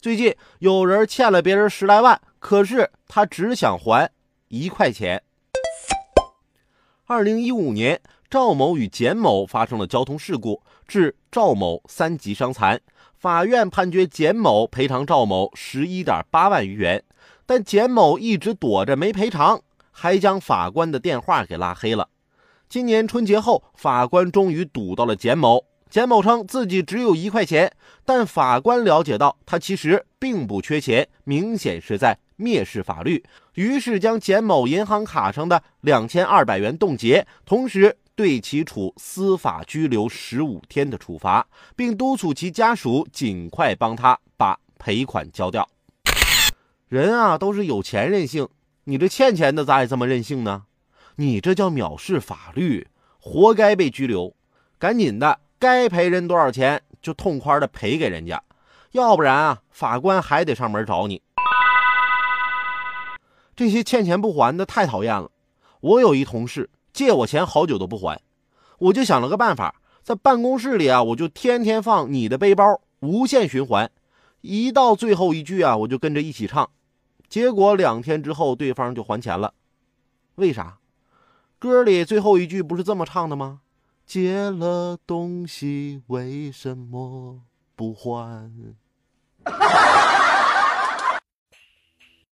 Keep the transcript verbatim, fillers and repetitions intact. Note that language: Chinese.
最近有人欠了别人十来万，可是他只想还一块钱。二零一五年，赵某与简某发生了交通事故，致赵某三级伤残。法院判决简某赔偿赵某 十一点八万余元，但简某一直躲着没赔偿，还将法官的电话给拉黑了。今年春节后，法官终于堵到了简某。简某称自己只有一块钱，但法官了解到他其实并不缺钱，明显是在蔑视法律，于是将简某银行卡上的两千二百元冻结，同时对其处司法拘留十五天的处罚，并督促其家属尽快帮他把赔款交掉。人啊，都是有钱任性，你这欠钱的咋也这么任性呢？你这叫藐视法律，活该被拘留。赶紧的，该赔人多少钱就痛快的赔给人家，要不然啊，法官还得上门找你。这些欠钱不还的太讨厌了。我有一同事借我钱好久都不还，我就想了个办法，在办公室里啊，我就天天放你的背包无限循环，一到最后一句啊，我就跟着一起唱。结果两天之后对方就还钱了。为啥？歌里最后一句不是这么唱的吗？借了东西为什么不还？